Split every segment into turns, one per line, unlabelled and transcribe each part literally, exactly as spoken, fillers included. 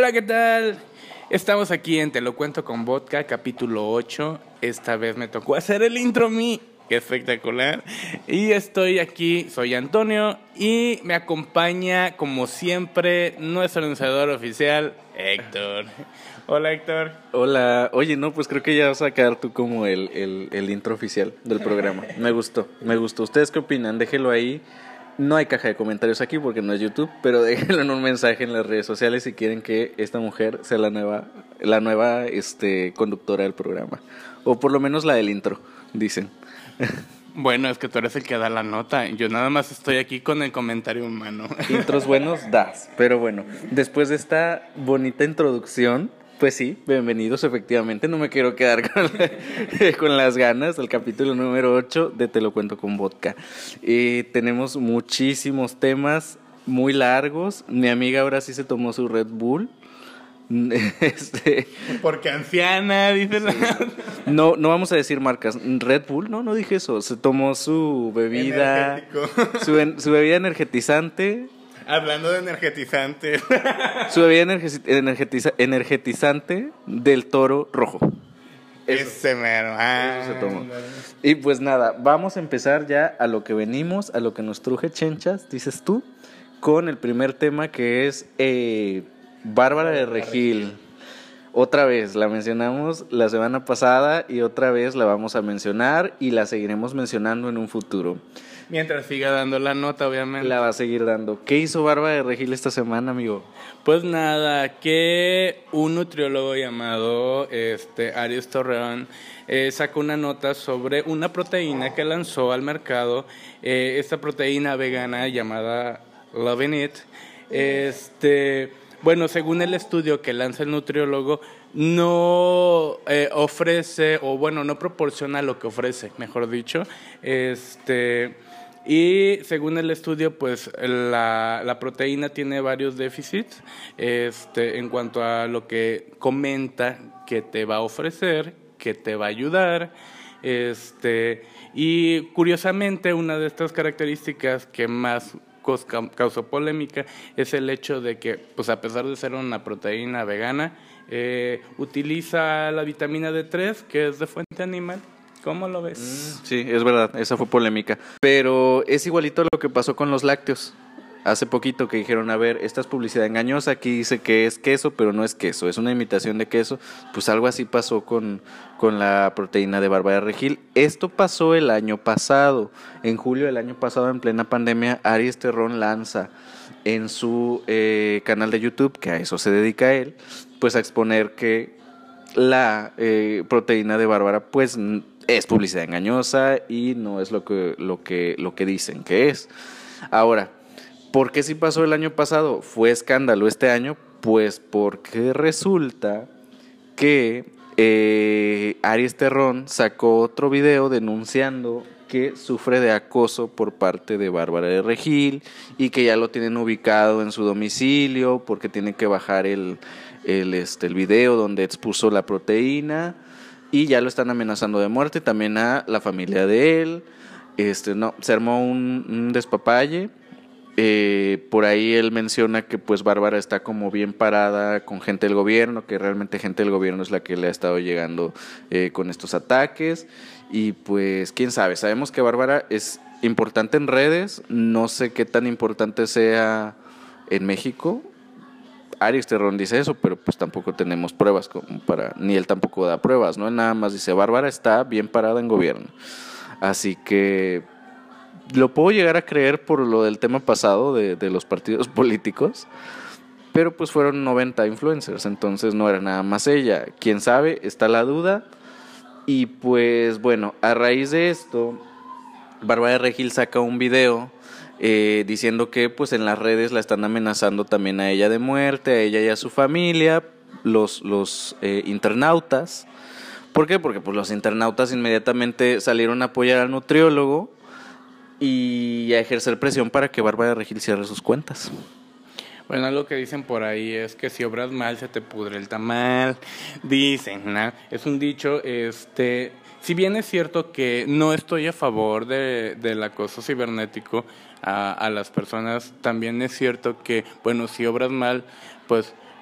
Hola, ¿qué tal? Estamos aquí en Te lo cuento con vodka, capítulo ocho. Esta vez me tocó hacer el intro a mí. ¡Qué espectacular! Y estoy aquí, soy Antonio, y me acompaña, como siempre, nuestro anunciador oficial, Héctor. Hola, Héctor.
Hola, oye, no, pues creo que ya vas a quedar tú como el, el, el intro oficial del programa. Me gustó, me gustó. ¿Ustedes qué opinan? Déjenlo ahí. No hay caja de comentarios aquí porque no es YouTube, pero déjenlo en un mensaje en las redes sociales si quieren que esta mujer sea la nueva, la nueva este, conductora del programa. O por lo menos la del intro, dicen.
Bueno, es que tú eres el que da la nota. Yo nada más estoy aquí con el comentario humano.
Intros buenos das, pero bueno, después de esta bonita introducción, pues sí, bienvenidos efectivamente. No me quiero quedar con, la, con las ganas del capítulo número ocho de Te lo cuento con vodka. Eh, tenemos muchísimos temas muy largos. Mi amiga ahora sí se tomó su Red Bull. Este,
Porque anciana, dice la...
no, no vamos a decir marcas. Red Bull, no, no dije eso. Se tomó su bebida, su, su bebida energetizante.
Hablando de energetizante.
Su bebida energetiza, energetiza, energetizante del Toro Rojo. Eso,
Ese mero. Ah,
eso se tomó. Y pues nada, vamos a empezar ya a lo que venimos, a lo que nos truje chenchas, dices tú, con el primer tema que es eh, Bárbara de Regil. Otra vez, la mencionamos la semana pasada y otra vez la vamos a mencionar y la seguiremos mencionando en un futuro.
Mientras siga dando la nota, obviamente.
La va a seguir dando. ¿Qué hizo Bárbara de Regil esta semana, amigo?
Pues nada, que un nutriólogo llamado este, Aries Torreón eh, sacó una nota sobre una proteína que lanzó al mercado. Eh, esta proteína vegana llamada Loving It. Este... Bueno, según el estudio que lanza el nutriólogo, no eh, ofrece, o bueno, no proporciona lo que ofrece, mejor dicho. Este, y según el estudio, pues la, la proteína tiene varios déficits este, en cuanto a lo que comenta que te va a ofrecer, que te va a ayudar. Este, y curiosamente, una de estas características que más causó polémica es el hecho de que, pues a pesar de ser una proteína vegana, eh, utiliza la vitamina D tres, que es de fuente animal. ¿Cómo lo ves?
Mm, sí, es verdad, esa fue polémica. Pero es igualito a lo que pasó con los lácteos. Hace poquito que dijeron, a ver, esta es publicidad engañosa, aquí dice que es queso, pero no es queso, es una imitación de queso. Pues algo así pasó con, con la proteína de Bárbara de Regil. Esto pasó el año pasado, en julio del año pasado, en plena pandemia. Aries Torreón lanza en su eh, canal de YouTube, que a eso se dedica él, pues a exponer que la eh, proteína de Bárbara pues es publicidad engañosa y no es lo que, lo que, lo que dicen que es. Ahora, ¿por qué sí pasó el año pasado? ¿Fue escándalo este año? Pues porque resulta que eh, Aries Torreón sacó otro video denunciando que sufre de acoso por parte de Bárbara de Regil y que ya lo tienen ubicado en su domicilio porque tiene que bajar el, el, este, el video donde expuso la proteína y ya lo están amenazando de muerte, también a la familia de él. Este, no, se armó un, un despapalle. Eh, por ahí él menciona que pues Bárbara está como bien parada con gente del gobierno, que realmente gente del gobierno es la que le ha estado llegando eh, con estos ataques y pues quién sabe, sabemos que Bárbara es importante en redes, no sé qué tan importante sea en México. Aries Torreón dice eso, pero pues tampoco tenemos pruebas como para, ni él tampoco da pruebas, ¿no? Él nada más dice Bárbara está bien parada en gobierno, así que lo puedo llegar a creer por lo del tema pasado de, de los partidos políticos, pero pues fueron noventa influencers, entonces no era nada más ella. Quién sabe, está la duda. Y pues bueno, a raíz de esto, Bárbara de Regil saca un video eh, diciendo que pues en las redes la están amenazando también a ella de muerte, a ella y a su familia, los, los eh, internautas. ¿Por qué? Porque pues los internautas inmediatamente salieron a apoyar al nutriólogo y a ejercer presión para que Bárbara de Regil cierre sus cuentas.
Bueno, lo que dicen por ahí es que si obras mal se te pudre el tamal. Dicen, ¿no? Es un dicho, este, si bien es cierto que no estoy a favor de, del acoso cibernético a, a las personas, también es cierto que, bueno, si obras mal, pues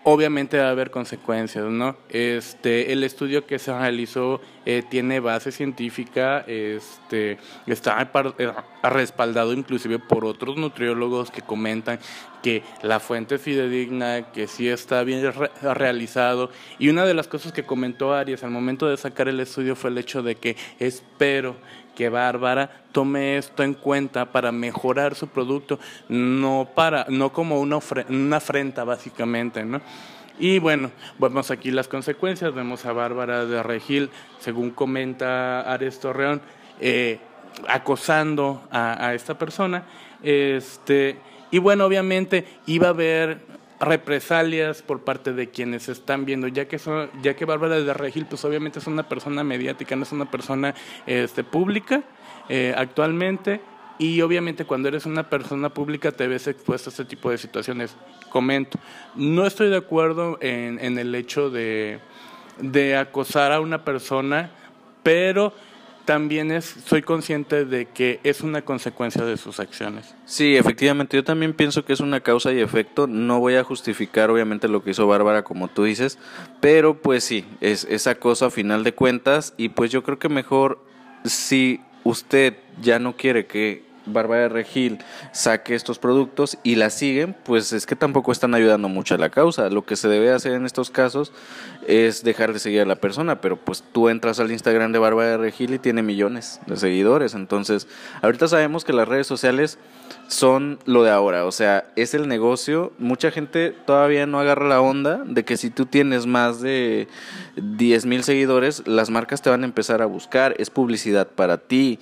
obviamente va a haber consecuencias, ¿no? Este, el estudio que se realizó eh, tiene base científica, este, está par, eh, respaldado inclusive por otros nutriólogos que comentan que la fuente es fidedigna, que sí está bien re realizado. Y una de las cosas que comentó Aries al momento de sacar el estudio fue el hecho de que espero que Bárbara tome esto en cuenta para mejorar su producto, no para, no como una, una afrenta básicamente, ¿no? Y bueno, vemos aquí las consecuencias, vemos a Bárbara de Regil, según comenta Ares Torreón, eh, acosando a, a esta persona, este, y bueno, obviamente iba a haber represalias por parte de quienes están viendo, ya que son, ya que Bárbara de Regil pues obviamente es una persona mediática, no es una persona este, pública eh, actualmente, y obviamente cuando eres una persona pública te ves expuesto a este tipo de situaciones. Comento, no estoy de acuerdo en, en el hecho de, de acosar a una persona, pero también es, soy consciente de que es una consecuencia de sus acciones.
Sí, efectivamente, yo también pienso que es una causa y efecto. No voy a justificar obviamente lo que hizo Bárbara como tú dices, pero pues sí, es esa cosa a final de cuentas, y pues yo creo que mejor, si usted ya no quiere que Bárbara de Regil saque estos productos y la siguen, pues es que tampoco están ayudando mucho a la causa. Lo que se debe hacer en estos casos es dejar de seguir a la persona, pero pues tú entras al Instagram de Bárbara de Regil y tiene millones de seguidores. Entonces, ahorita sabemos que las redes sociales son lo de ahora, o sea, es el negocio. Mucha gente todavía no agarra la onda de que si tú tienes más de diez mil seguidores, las marcas te van a empezar a buscar, es publicidad para ti,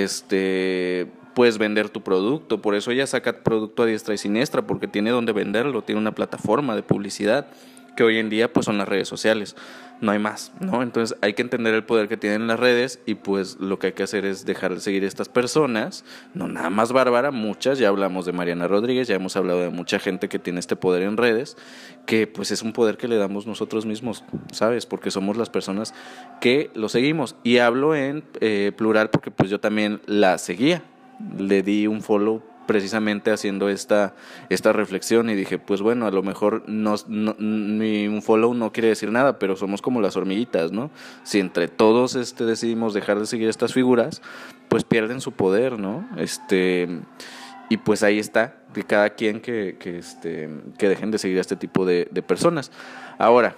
este... puedes vender tu producto, por eso ella saca producto a diestra y siniestra, porque tiene donde venderlo, tiene una plataforma de publicidad, que hoy en día pues son las redes sociales, no hay más, ¿no? Entonces hay que entender el poder que tienen las redes, y pues lo que hay que hacer es dejar de seguir a estas personas, no nada más Bárbara, muchas, ya hablamos de Mariana Rodríguez, ya hemos hablado de mucha gente que tiene este poder en redes, que pues es un poder que le damos nosotros mismos, ¿sabes? Porque somos las personas que lo seguimos, y hablo en eh, plural porque pues yo también la seguía. Le di un follow precisamente haciendo esta, esta reflexión, y dije, pues bueno, a lo mejor no, no, ni un follow no quiere decir nada, pero somos como las hormiguitas, ¿no? Si entre todos este, decidimos dejar de seguir estas figuras, pues pierden su poder, ¿no? Este, y pues ahí está, de cada quien que, que, este, que dejen de seguir a este tipo de, de personas. Ahora,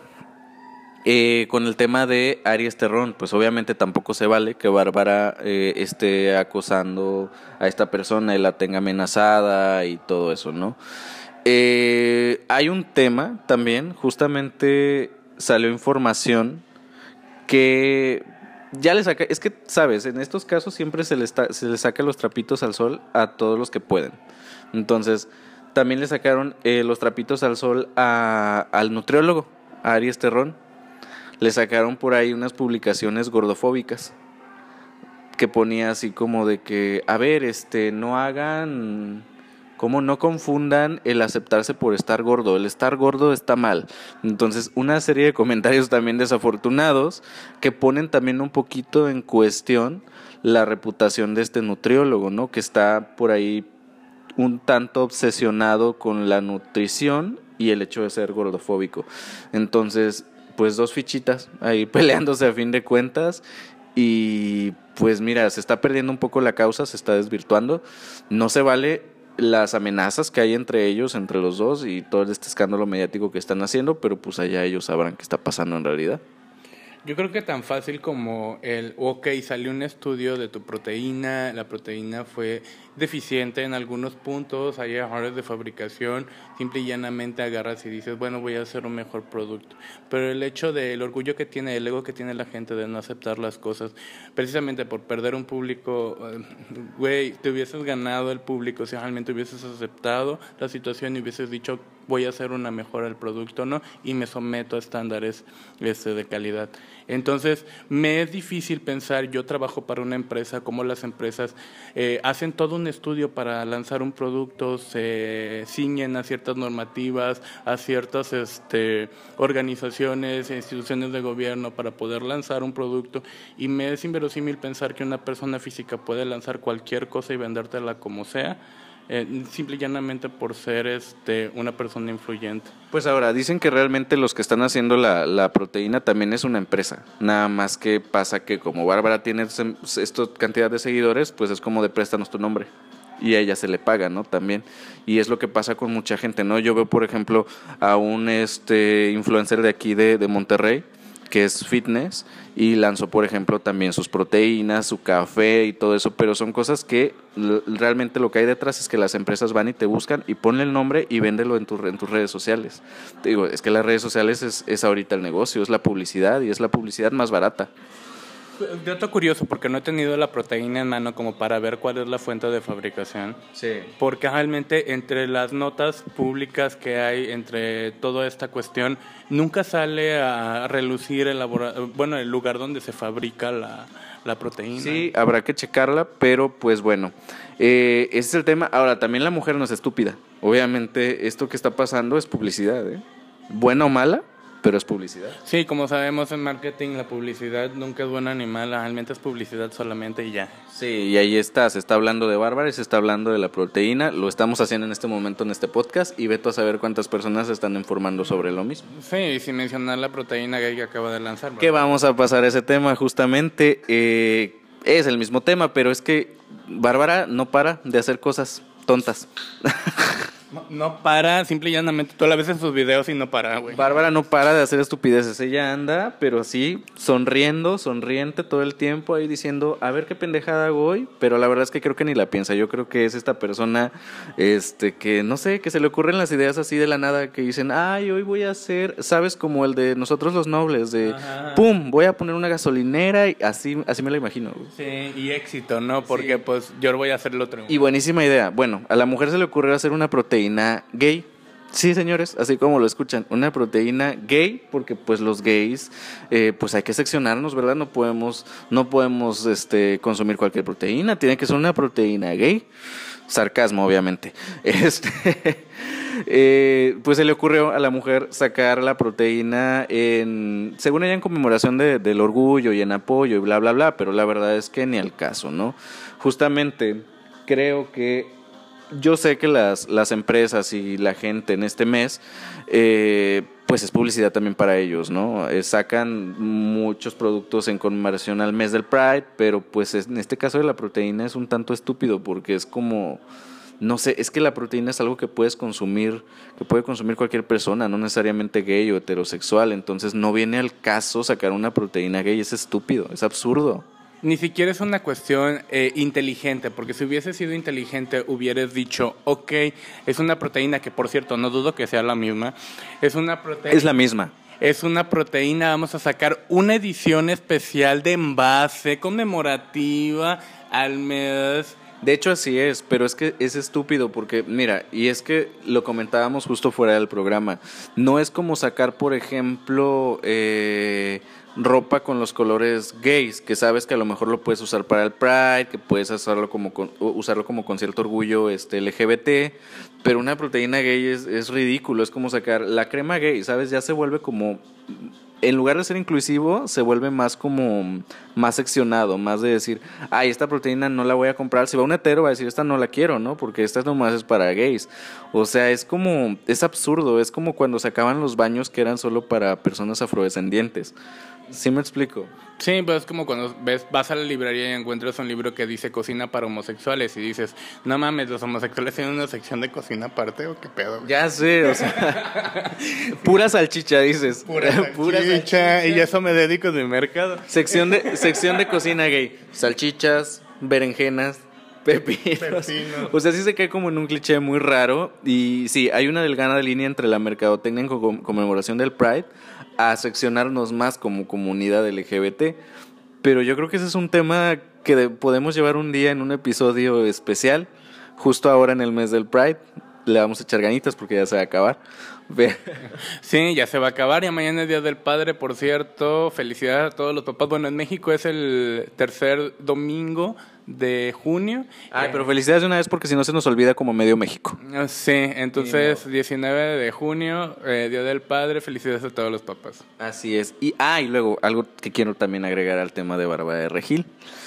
Eh, con el tema de Aries Terrón, pues obviamente tampoco se vale que Bárbara eh, esté acosando a esta persona y la tenga amenazada y todo eso, ¿no? Eh, hay un tema también, justamente salió información que ya le saca, es que, sabes, en estos casos siempre se le, está, se le saca los trapitos al sol a todos los que pueden. Entonces, también le sacaron eh, los trapitos al sol a, al nutriólogo, a Aries Terrón. Le sacaron por ahí unas publicaciones gordofóbicas que ponía así como de que, a ver, este, no hagan, como no confundan el aceptarse por estar gordo, el estar gordo está mal. Entonces, una serie de comentarios también desafortunados que ponen también un poquito en cuestión la reputación de este nutriólogo, ¿no? Que está por ahí un tanto obsesionado con la nutrición y el hecho de ser gordofóbico. Entonces, pues dos fichitas ahí peleándose a fin de cuentas, y pues mira, se está perdiendo un poco la causa, se está desvirtuando, no se vale las amenazas que hay entre ellos, entre los dos, y todo este escándalo mediático que están haciendo, pero pues allá ellos sabrán qué está pasando en realidad.
Yo creo que tan fácil como el, ok, salió un estudio de tu proteína, la proteína fue deficiente en algunos puntos, hay errores de fabricación, simple y llanamente agarras y dices, bueno, voy a hacer un mejor producto. Pero el hecho del orgullo que tiene, el ego que tiene la gente de no aceptar las cosas, precisamente por perder un público, güey, te hubieses ganado el público si realmente hubieses aceptado la situación y hubieses dicho, voy a hacer una mejora del producto, ¿no? Y me someto a estándares este, de calidad. Entonces, me es difícil pensar, yo trabajo para una empresa, como las empresas eh, hacen todo un estudio para lanzar un producto, se ciñen a ciertas normativas, a ciertas este, organizaciones, instituciones de gobierno para poder lanzar un producto, y me es inverosímil pensar que una persona física puede lanzar cualquier cosa y vendértela como sea. eh, simple y llanamente por ser este una persona influyente.
Pues ahora, dicen que realmente los que están haciendo la, la proteína también es una empresa, nada más que pasa que como Bárbara tiene esta cantidad de seguidores, pues es como de préstanos tu nombre. Y a ella se le paga, ¿no? También. Y es lo que pasa con mucha gente, ¿no? Yo veo, por ejemplo, a un este influencer de aquí de, de Monterrey, que es fitness, y lanzó, por ejemplo, también sus proteínas, su café y todo eso, pero son cosas que l- realmente lo que hay detrás es que las empresas van y te buscan y ponle el nombre y véndelo en, tu, en tus redes sociales. Te digo, es que las redes sociales es, es ahorita el negocio, es la publicidad y es la publicidad más barata.
Dato curioso, porque no he tenido la proteína en mano como para ver cuál es la fuente de fabricación.
Sí.
Porque realmente entre las notas públicas que hay, entre toda esta cuestión, nunca sale a relucir el, labora- bueno, el lugar donde se fabrica la, la proteína.
Sí, habrá que checarla, pero pues bueno, eh, ese es el tema. Ahora, también la mujer no es estúpida. Obviamente esto que está pasando es publicidad, ¿eh? Buena o mala, pero es publicidad.
Sí, como sabemos en marketing, la publicidad nunca es buena ni mala, realmente es publicidad solamente y ya.
Sí, y ahí está, se está hablando de Bárbara y se está hablando de la proteína, lo estamos haciendo en este momento en este podcast y veto a saber cuántas personas se están informando sobre lo mismo.
Sí, y sin mencionar la proteína gay que acaba de lanzar.
Que vamos a pasar a ese tema justamente, eh, es el mismo tema, pero es que Bárbara no para de hacer cosas tontas.
No, no para, simple y llanamente, tú la ves en sus videos y no para, güey.
Bárbara no para de hacer estupideces, ella anda, pero así, sonriendo, sonriente todo el tiempo, ahí diciendo, a ver qué pendejada hago hoy, pero la verdad es que creo que ni la piensa, yo creo que es esta persona, este, que no sé, que se le ocurren las ideas así de la nada, que dicen, ay, hoy voy a hacer, sabes, como el de Nosotros los Nobles, de,
Ajá.
pum, voy a poner una gasolinera, y así, así me lo imagino, güey.
Sí, y éxito, ¿no? Porque
Sí.
pues yo voy a hacer lo otro.
Y buenísima idea. Bueno, a la mujer se le ocurrió hacer una proteína gay. Sí, señores, así como lo escuchan, una proteína gay, porque pues los gays, eh, pues hay que seccionarnos, ¿verdad? No podemos, no podemos este, consumir cualquier proteína, tiene que ser una proteína gay. Sarcasmo, obviamente. Este, eh, pues se le ocurrió a la mujer sacar la proteína en, según ella, en conmemoración de, del orgullo y en apoyo y bla, bla, bla, pero la verdad es que ni al caso, ¿no? Justamente creo que yo sé que las, las empresas y la gente en este mes, eh, pues es publicidad también para ellos, ¿no? Eh, sacan muchos productos en conmemoración al mes del Pride, pero pues es, en este caso de la proteína es un tanto estúpido porque es como, no sé, es que la proteína es algo que puedes consumir, que puede consumir cualquier persona, no necesariamente gay o heterosexual, entonces no viene al caso sacar una proteína gay, es estúpido, es absurdo.
Ni siquiera es una cuestión eh, inteligente, porque si hubiese sido inteligente hubieras dicho, ok, es una proteína que, por cierto, no dudo que sea la misma, es una proteína...
Es la misma.
Es una proteína, vamos a sacar una edición especial de envase conmemorativa al mes.
De hecho así es, pero es que es estúpido porque, mira, y es que lo comentábamos justo fuera del programa, no es como sacar, por ejemplo, eh, ropa con los colores gays, que sabes que a lo mejor lo puedes usar para el Pride, que puedes usarlo como con, usarlo como con cierto orgullo este, L G B T, pero una proteína gay es, es ridículo, es como sacar la crema gay, ¿sabes? Ya se vuelve como... En lugar de ser inclusivo, se vuelve más como, más seccionado, más de decir, ay, esta proteína no la voy a comprar. Si va un hetero va a decir, esta no la quiero, ¿no? Porque esta nomás es para gays. O sea, es como, es absurdo, es como cuando sacaban los baños que eran solo para personas afrodescendientes. ¿Sí me explico?
Sí, pues es como cuando ves, vas a la librería y encuentras un libro que dice cocina para homosexuales y dices, no mames, los homosexuales tienen una sección de cocina aparte o qué pedo.
Ya sé, o sea, pura salchicha dices.
Pura salchicha,
Pura salchicha.
y eso me dedico a mi mercado.
Sección de, sección de cocina gay. Salchichas, berenjenas, pepinos.
Pepino.
O sea, sí se cae como en un cliché muy raro. Y sí, hay una delgada línea entre la mercadotecnia en co- conmemoración del Pride a seccionarnos más como comunidad L G B T. Pero yo creo que ese es un tema que de, podemos llevar un día en un episodio especial. Justo ahora en el mes del Pride. Le vamos a echar ganitas porque ya se va a acabar.
Sí, ya se va a acabar. Ya mañana es Día del Padre, por cierto. Felicidades a todos los papás. Bueno, en México es el tercer domingo de junio.
Ay, pero felicidades de una vez porque si no se nos olvida como medio México.
Sí, entonces diecinueve de junio, eh, Día del Padre. Felicidades a todos los papás.
Así es. Y, ah, y luego algo que quiero también agregar al tema de Bárbara de Regil.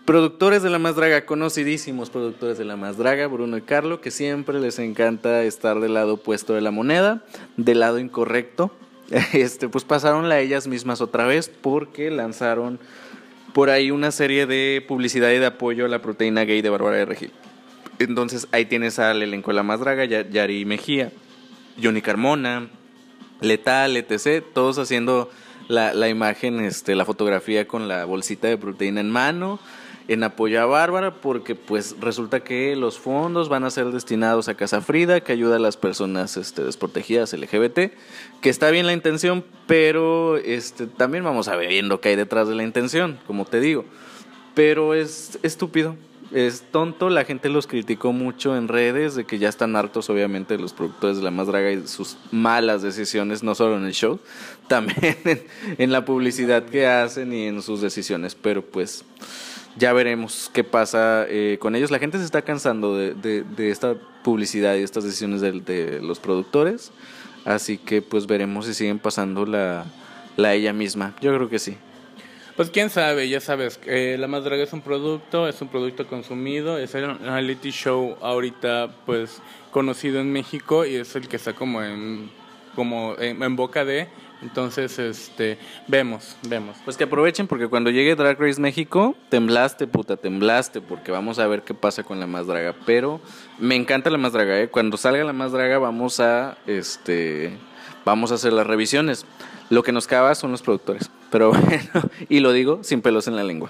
Productores de La Más Draga, conocidísimos productores de La Más Draga, Bruno y Carlo, que siempre les encanta estar del lado opuesto de la moneda, del lado incorrecto. Este, pues pasaron a ellas mismas otra vez porque lanzaron por ahí una serie de publicidad y de apoyo a la proteína gay de Bárbara de Regil. Entonces ahí tienes al elenco de La Más Draga, Yari Mejía, Johnny Carmona, Letal, etcétera, todos haciendo la, la imagen, este, la fotografía con la bolsita de proteína en mano, en apoyo a Bárbara, porque pues resulta que los fondos van a ser destinados a Casa Frida, que ayuda a las personas este, desprotegidas L G B T, que está bien la intención, pero este, también vamos a ver viendo qué hay detrás de la intención, como te digo, pero es estúpido, es tonto. La gente los criticó mucho en redes, de que ya están hartos obviamente los productores de La Más Draga y sus malas decisiones, no solo en el show, también en, en la publicidad que hacen y en sus decisiones, pero pues ya veremos qué pasa eh, con ellos. La gente se está cansando de, de, de esta publicidad y estas decisiones de, de los productores, así que pues veremos si siguen pasando la, la ella misma. Yo creo que sí.
Pues quién sabe, ya sabes, eh, La Más Draga es un producto, es un producto consumido, es el reality show ahorita pues conocido en México y es el que está como en, como en, en boca de... Entonces, este, vemos, vemos.
Pues que aprovechen, porque cuando llegue Drag Race México, temblaste, puta, temblaste, porque vamos a ver qué pasa con La Más Draga. Pero me encanta La Más Draga, ¿eh? Cuando salga La Más Draga vamos a, este, vamos a hacer las revisiones. Lo que nos cava son los productores, pero bueno, y lo digo sin pelos en la lengua.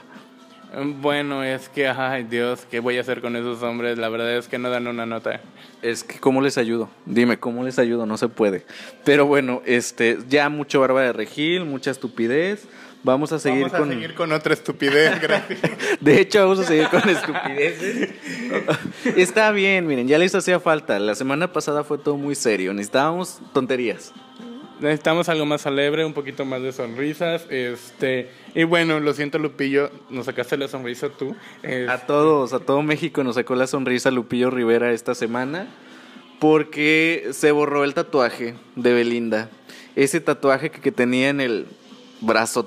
Bueno, es que, ay Dios, ¿qué voy a hacer con esos hombres? La verdad es que no dan una nota.
Es que, ¿cómo les ayudo? Dime, ¿cómo les ayudo? No se puede. Pero bueno, este, ya mucho Bárbara de Regil, mucha estupidez. Vamos a seguir
vamos a
con...
seguir con otra estupidez, gracias.
De hecho, vamos a seguir con estupideces. Está bien, miren, ya les hacía falta. La semana pasada fue todo muy serio. Necesitábamos tonterías.
Necesitamos algo más alegre, un poquito más de sonrisas, este, y bueno, lo siento Lupillo, nos sacaste la sonrisa tú. Este.
A todos, a todo México nos sacó la sonrisa Lupillo Rivera esta semana, porque se borró el tatuaje de Belinda, ese tatuaje que, que tenía en el brazo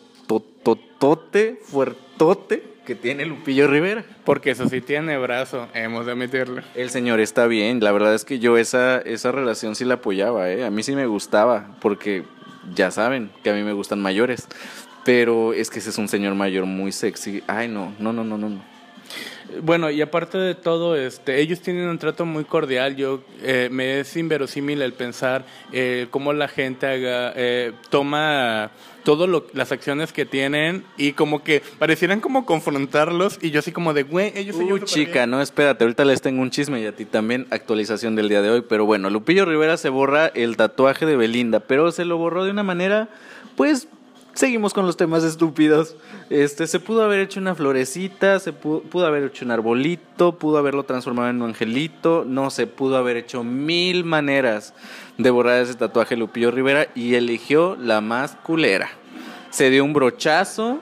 totototote, fuertote, que tiene Lupillo Rivera.
Porque eso sí tiene brazo, hemos de admitirlo.
El señor está bien, la verdad es que yo esa, esa relación sí la apoyaba, ¿eh? A mí sí me gustaba, porque ya saben que a mí me gustan mayores, pero es que ese es un señor mayor muy sexy. Ay, no, no, no, no, no, no.
Bueno, y aparte de todo, este, ellos tienen un trato muy cordial. Yo eh, me es inverosímil el pensar eh, cómo la gente haga, eh, toma todas las acciones que tienen y como que parecieran como confrontarlos y yo así como de, güey, ellos se
Uy,
llevan
chica,
bien.
no, espérate, ahorita les tengo un chisme y a ti también, actualización del día de hoy, pero bueno, Lupillo Rivera se borra el tatuaje de Belinda, pero se lo borró de una manera, pues... Seguimos con los temas estúpidos. Este, se pudo haber hecho una florecita, se pudo, pudo haber hecho un arbolito, pudo haberlo transformado en un angelito, no se pudo haber hecho mil maneras de borrar ese tatuaje Lupillo Rivera y eligió la más culera. Se dio un brochazo,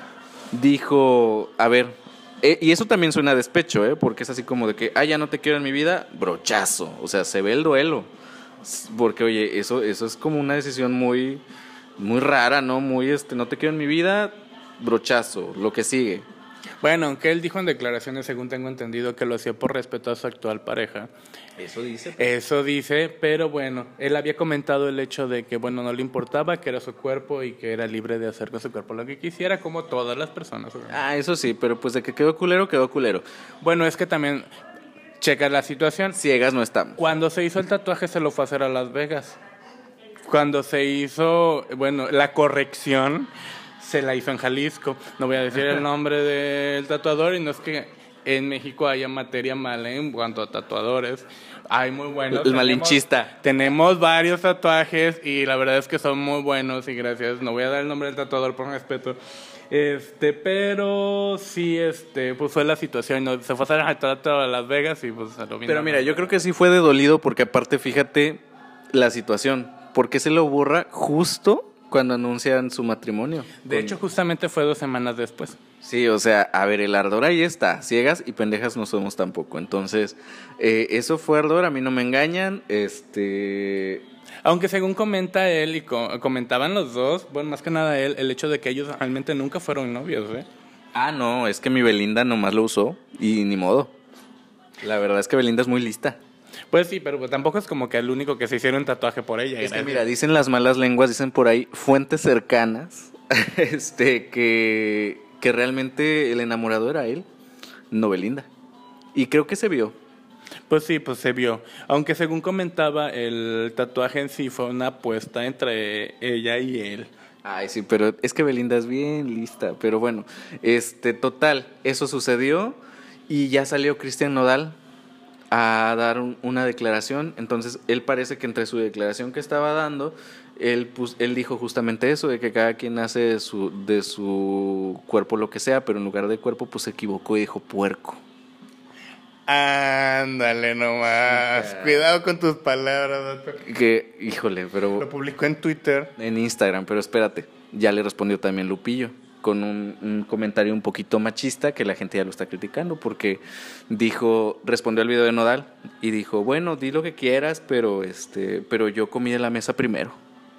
dijo, a ver, eh, y eso también suena a despecho, ¿eh? Porque es así como de que, ah, ya no te quiero en mi vida, brochazo, o sea, se ve el duelo. Porque, oye, eso, eso es como una decisión muy... muy rara, ¿no? Muy, este, no te quiero en mi vida, brochazo, lo que sigue.
Bueno, aunque él dijo en declaraciones, según tengo entendido, que lo hacía por respeto a su actual pareja.
Eso dice.
Eso dice, pero bueno, él había comentado el hecho de que, bueno, no le importaba, que era su cuerpo y que era libre de hacer con su cuerpo lo que quisiera, como todas las personas.
Ah, eso sí, pero pues de que quedó culero, quedó culero.
Bueno, es que también, checa la situación.
Ciegas no estamos.
Cuando se hizo el tatuaje se lo fue a hacer a Las Vegas. Cuando se hizo, bueno, la corrección se la hizo en Jalisco. No voy a decir el nombre del tatuador y no es que en México haya materia mala en cuanto a tatuadores. Hay muy buenos.
El malinchista.
Tenemos, tenemos varios tatuajes y la verdad es que son muy buenos y gracias. No voy a dar el nombre del tatuador por respeto. Este, pero sí, este, pues fue la situación, ¿no? Se fue a hacer el tatuaje a Las Vegas y pues se lo vino.
Pero mira, yo creo que sí fue de dolido porque aparte, fíjate la situación. ¿Por qué se lo borra justo cuando anuncian su matrimonio?
De
Con...
hecho, justamente fue dos semanas después.
Sí, o sea, a ver, el ardor ahí está. Ciegas y pendejas no somos tampoco. Entonces, eh, eso fue ardor, a mí no me engañan. Este...
Aunque según comenta él y co- comentaban los dos, bueno, más que nada él, el hecho de que ellos realmente nunca fueron novios, ¿eh?
Ah, no, es que mi Belinda nomás lo usó y ni modo. La verdad es que Belinda es muy lista.
Pues sí, pero tampoco es como que el único que se hicieron un tatuaje por ella.
Es que
gracias.
mira, dicen las malas lenguas, dicen por ahí fuentes cercanas, este, que, que realmente el enamorado era él, no Belinda. Y creo que se vio.
Pues sí, pues se vio. Aunque según comentaba, el tatuaje en sí fue una apuesta entre ella y él.
Ay, sí, pero es que Belinda es bien lista. Pero bueno, este, total, eso sucedió y ya salió Cristian Nodal a dar un, una declaración. Entonces, él parece que entre su declaración que estaba dando, él, pues, él dijo justamente eso, de que cada quien hace de su, de su cuerpo lo que sea, pero en lugar de cuerpo, pues se equivocó y dijo puerco.
Ándale nomás.
Sí,
cuidado con tus palabras, doctor.
Que, híjole, pero...
Lo publicó en Twitter.
En Instagram, pero espérate, ya le respondió también Lupillo con un, un comentario un poquito machista que la gente ya lo está criticando porque dijo, respondió al video de Nodal y dijo, bueno, di lo que quieras, pero este, pero yo comí de la mesa primero.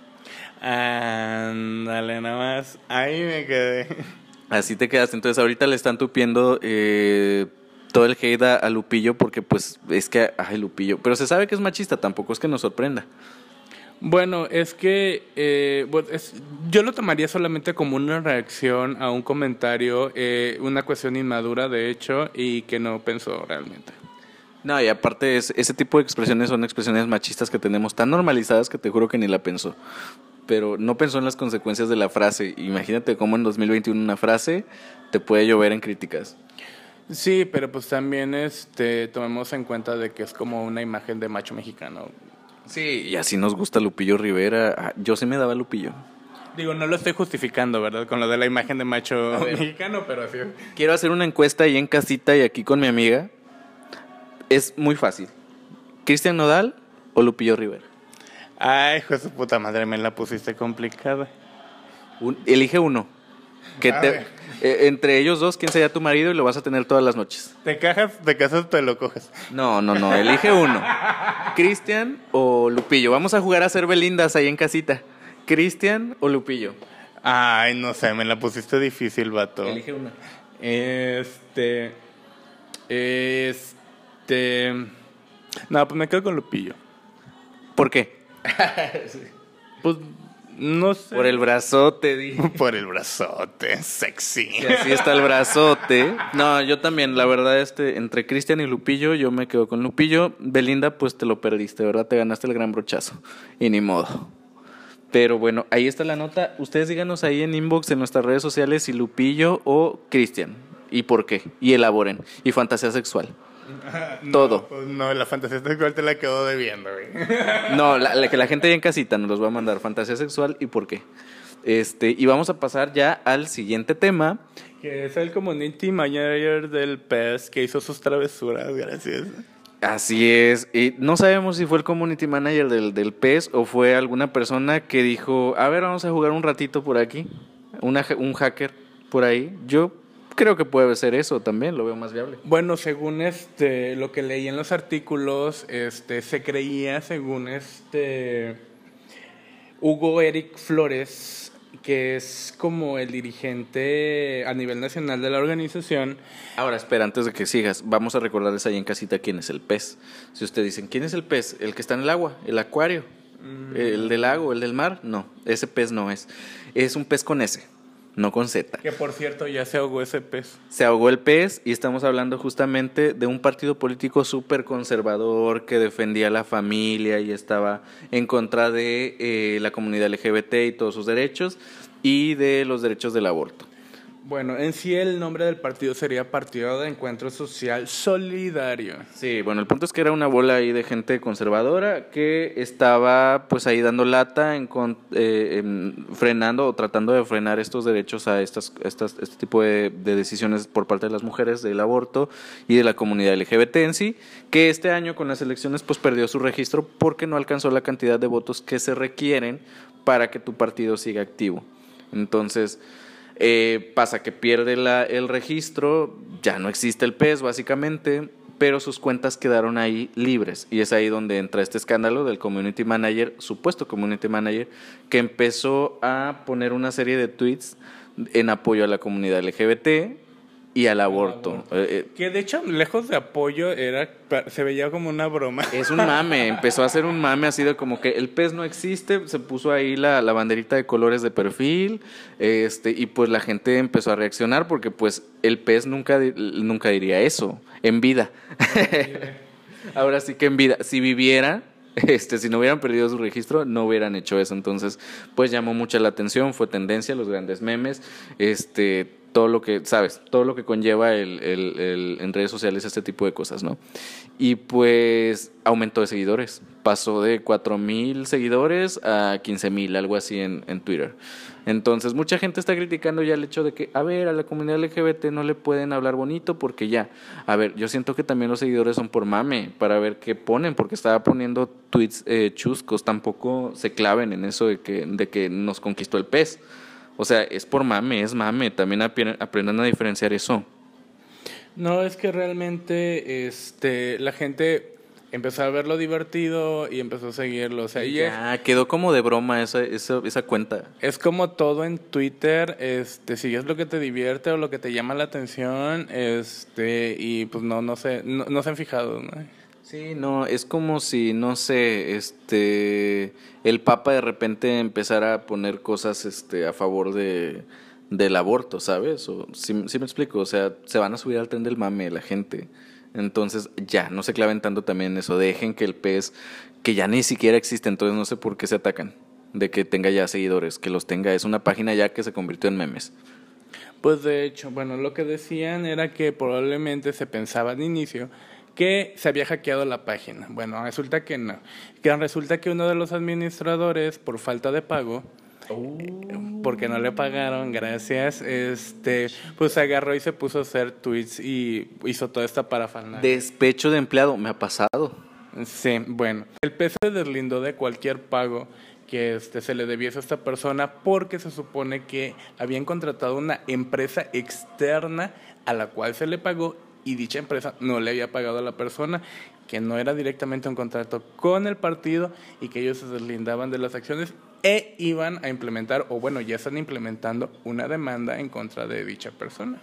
Ándale nomás. Ahí me quedé.
Así te quedaste. Entonces ahorita le están tupiendo eh, todo el hate a, a Lupillo porque pues es que, ay, Lupillo, pero se sabe que es machista, tampoco es que nos sorprenda.
Bueno, es que eh, bueno, es, yo lo tomaría solamente como una reacción a un comentario, eh, una cuestión inmadura de hecho y que no pensó realmente.
No, y aparte es, ese tipo de expresiones son expresiones machistas que tenemos tan normalizadas que te juro que ni la pensó. Pero no pensó en las consecuencias de la frase. Imagínate cómo en dos mil veintiuno una frase te puede llover en críticas.
Sí, pero pues también este tomemos en cuenta de que es como una imagen de macho mexicano.
Sí, y así nos gusta Lupillo Rivera. Yo sí me daba Lupillo.
Digo, no lo estoy justificando, ¿verdad? Con lo de la imagen de macho mexicano, pero así.
Quiero hacer una encuesta ahí en casita y aquí con mi amiga. Es muy fácil. ¿Cristian Nodal o Lupillo Rivera?
Ay, hijo de su puta madre, me la pusiste complicada.
Un, elige uno. Que te, eh, entre ellos dos, ¿quién sería tu marido y lo vas a tener todas las noches?
¿Te cajas, te casas, te lo coges?
No, no, no, elige uno. ¿Cristian o Lupillo? Vamos a jugar a ser Belindas ahí en casita. ¿Cristian o Lupillo?
Ay, no sé, me la pusiste difícil, vato.
Elige uno.
Este... Este... No, pues me quedo con Lupillo.
¿Por qué?
Pues... No sé.
Por el brazote, dije.
Por el brazote, sexy.
Y así está el brazote. No, yo también, la verdad, este, entre Cristian y Lupillo, yo me quedo con Lupillo. Belinda, pues te lo perdiste, ¿verdad? Te ganaste el gran brochazo. Y ni modo. Pero bueno, ahí está la nota. Ustedes díganos ahí en inbox, en nuestras redes sociales, si Lupillo o Cristian. ¿Y por qué? Y elaboren. Y fantasía sexual.
No,
todo.
Pues no, la fantasía sexual te la quedo debiendo, güey.
No, la, la que la gente ahí en casita nos los va a mandar. Fantasía sexual y por qué. Este, y vamos a pasar ya al siguiente tema.
Que es el community manager del P E S que hizo sus travesuras, gracias.
Así es. Y no sabemos si fue el community manager del, del P E S o fue alguna persona que dijo, a ver, vamos a jugar un ratito por aquí. Una, un hacker por ahí. Yo creo que puede ser eso también, lo veo más viable.
Bueno, según este lo que leí en los artículos, este se creía, según este Hugo Eric Flores, que es como el dirigente a nivel nacional de la organización.
Ahora, espera, antes de que sigas, vamos a recordarles ahí en casita quién es el pez. Si ustedes dicen, ¿quién es el pez? El que está en el agua, el acuario, mm. el del lago, el del mar. No, ese pez no es. Es un pez con S. No con Z.
Que por cierto ya se ahogó ese pez.
Se ahogó el pez y estamos hablando justamente de un partido político súper conservador que defendía la familia y estaba en contra de eh, la comunidad L G B T y todos sus derechos y de los derechos del aborto.
Bueno, en sí el nombre del partido sería Partido de Encuentro Social Solidario.
Sí, bueno, el punto es que era una bola ahí de gente conservadora que estaba pues ahí dando lata, en, eh, en, frenando o tratando de frenar estos derechos a estas, estas, este tipo de, de decisiones por parte de las mujeres del aborto y de la comunidad L G B T en sí, que este año con las elecciones pues perdió su registro porque no alcanzó la cantidad de votos que se requieren para que tu partido siga activo. Entonces... Eh, pasa que pierde la, el registro, ya no existe el P E S básicamente, pero sus cuentas quedaron ahí libres y es ahí donde entra este escándalo del community manager, supuesto community manager, que empezó a poner una serie de tweets en apoyo a la comunidad L G B T y al aborto. Eh, eh,
Que de hecho, lejos de apoyo, era se veía como una broma.
Es un mame, empezó a hacer un mame así de como que el pez no existe, se puso ahí la, la banderita de colores de perfil, este, y pues la gente empezó a reaccionar porque pues el pez nunca, nunca diría eso, en vida. Ahora sí que en vida, si viviera, este, si no hubieran perdido su registro, no hubieran hecho eso. Entonces, pues llamó mucha la atención, fue tendencia, los grandes memes, este, todo lo que, sabes, todo lo que conlleva el, el, el, en redes sociales este tipo de cosas, ¿no? Y pues aumentó de seguidores, pasó de cuatro mil seguidores a quince mil, algo así en, en Twitter. Entonces mucha gente está criticando ya el hecho de que, a ver, a la comunidad L G B T no le pueden hablar bonito porque ya, a ver, yo siento que también los seguidores son por mame, para ver qué ponen, porque estaba poniendo tweets eh, chuscos, tampoco se claven en eso de que, de que nos conquistó el pez. O sea, es por mame, es mame, también aprendan a diferenciar eso.
No, es que realmente este, la gente empezó a verlo divertido y empezó a seguirlo. O sea,
ya es, quedó como de broma esa, esa, esa cuenta.
Es como todo en Twitter, este, sigues lo que te divierte o lo que te llama la atención, este, y pues no, no sé, no, no se han fijado, ¿no?
Sí, no, es como si, no sé, este, el Papa de repente empezara a poner cosas, este, a favor de, del aborto, ¿sabes? O, sí, sí me explico, o sea, se van a subir al tren del mame la gente. Entonces, ya, no se claven tanto también en eso, dejen que el pez, que ya ni siquiera existe, entonces no sé por qué se atacan, de que tenga ya seguidores, que los tenga, es una página ya que se convirtió en memes.
Pues de hecho, bueno, lo que decían era que probablemente se pensaba de inicio que se había hackeado la página. Bueno, resulta que no. Que resulta que uno de los administradores, por falta de pago, oh. porque no le pagaron, gracias, este, pues se agarró y se puso a hacer tweets y hizo toda esta parafernalia.
Despecho de empleado, me ha pasado.
Sí, bueno. El P C se deslindó de cualquier pago que este, se le debiese a esta persona porque se supone que habían contratado una empresa externa a la cual se le pagó y dicha empresa no le había pagado a la persona, que no era directamente un contrato con el partido y que ellos se deslindaban de las acciones e iban a implementar, o bueno, ya están implementando una demanda en contra de dicha persona.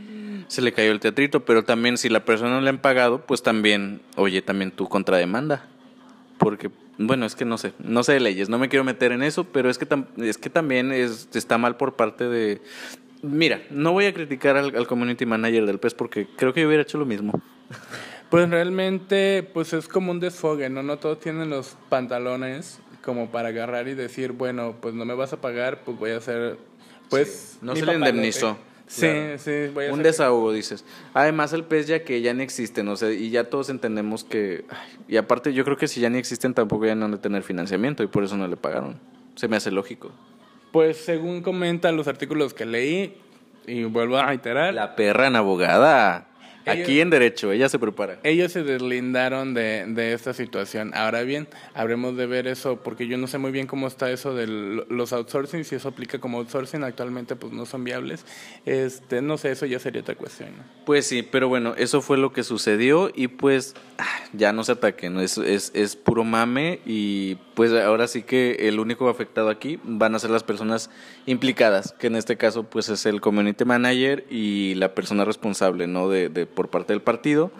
Se le cayó el teatrito, pero también si la persona no le han pagado, pues también, oye, también tu contrademanda. Porque, bueno, es que no sé, no sé de leyes, no me quiero meter en eso, pero es que, tam- es que también es, está mal por parte de... Mira, no voy a criticar al, al community manager del P E S porque creo que yo hubiera hecho lo mismo.
Pues realmente, pues es como un desfogue, ¿no? No todos tienen los pantalones como para agarrar y decir, bueno, pues no me vas a pagar, pues voy a hacer, pues...
Sí, no se le indemnizó.
Sí, claro. sí. Voy a
un
hacer
desahogo, dices. Además, el P E S ya que ya ni existen, o sea, y ya todos entendemos que... Ay, y aparte, yo creo que si ya ni existen, tampoco ya no han de tener financiamiento y por eso no le pagaron. Se me hace lógico.
Pues según comentan los artículos que leí, y vuelvo a reiterar...
La perra en abogada.
Ellos,
aquí en Derecho, ella se prepara.
Ellos se deslindaron de, de esta situación. Ahora bien, habremos de ver eso, porque yo no sé muy bien cómo está eso de los outsourcing, si eso aplica como outsourcing, actualmente pues no son viables. Este, no sé, eso ya sería otra cuestión, ¿no?
Pues sí, pero bueno, eso fue lo que sucedió y pues ya no se ataquen, es, es, es puro mame y pues ahora sí que el único afectado aquí van a ser las personas implicadas, que en este caso pues es el community manager y la persona responsable, ¿no? De, de por parte del partido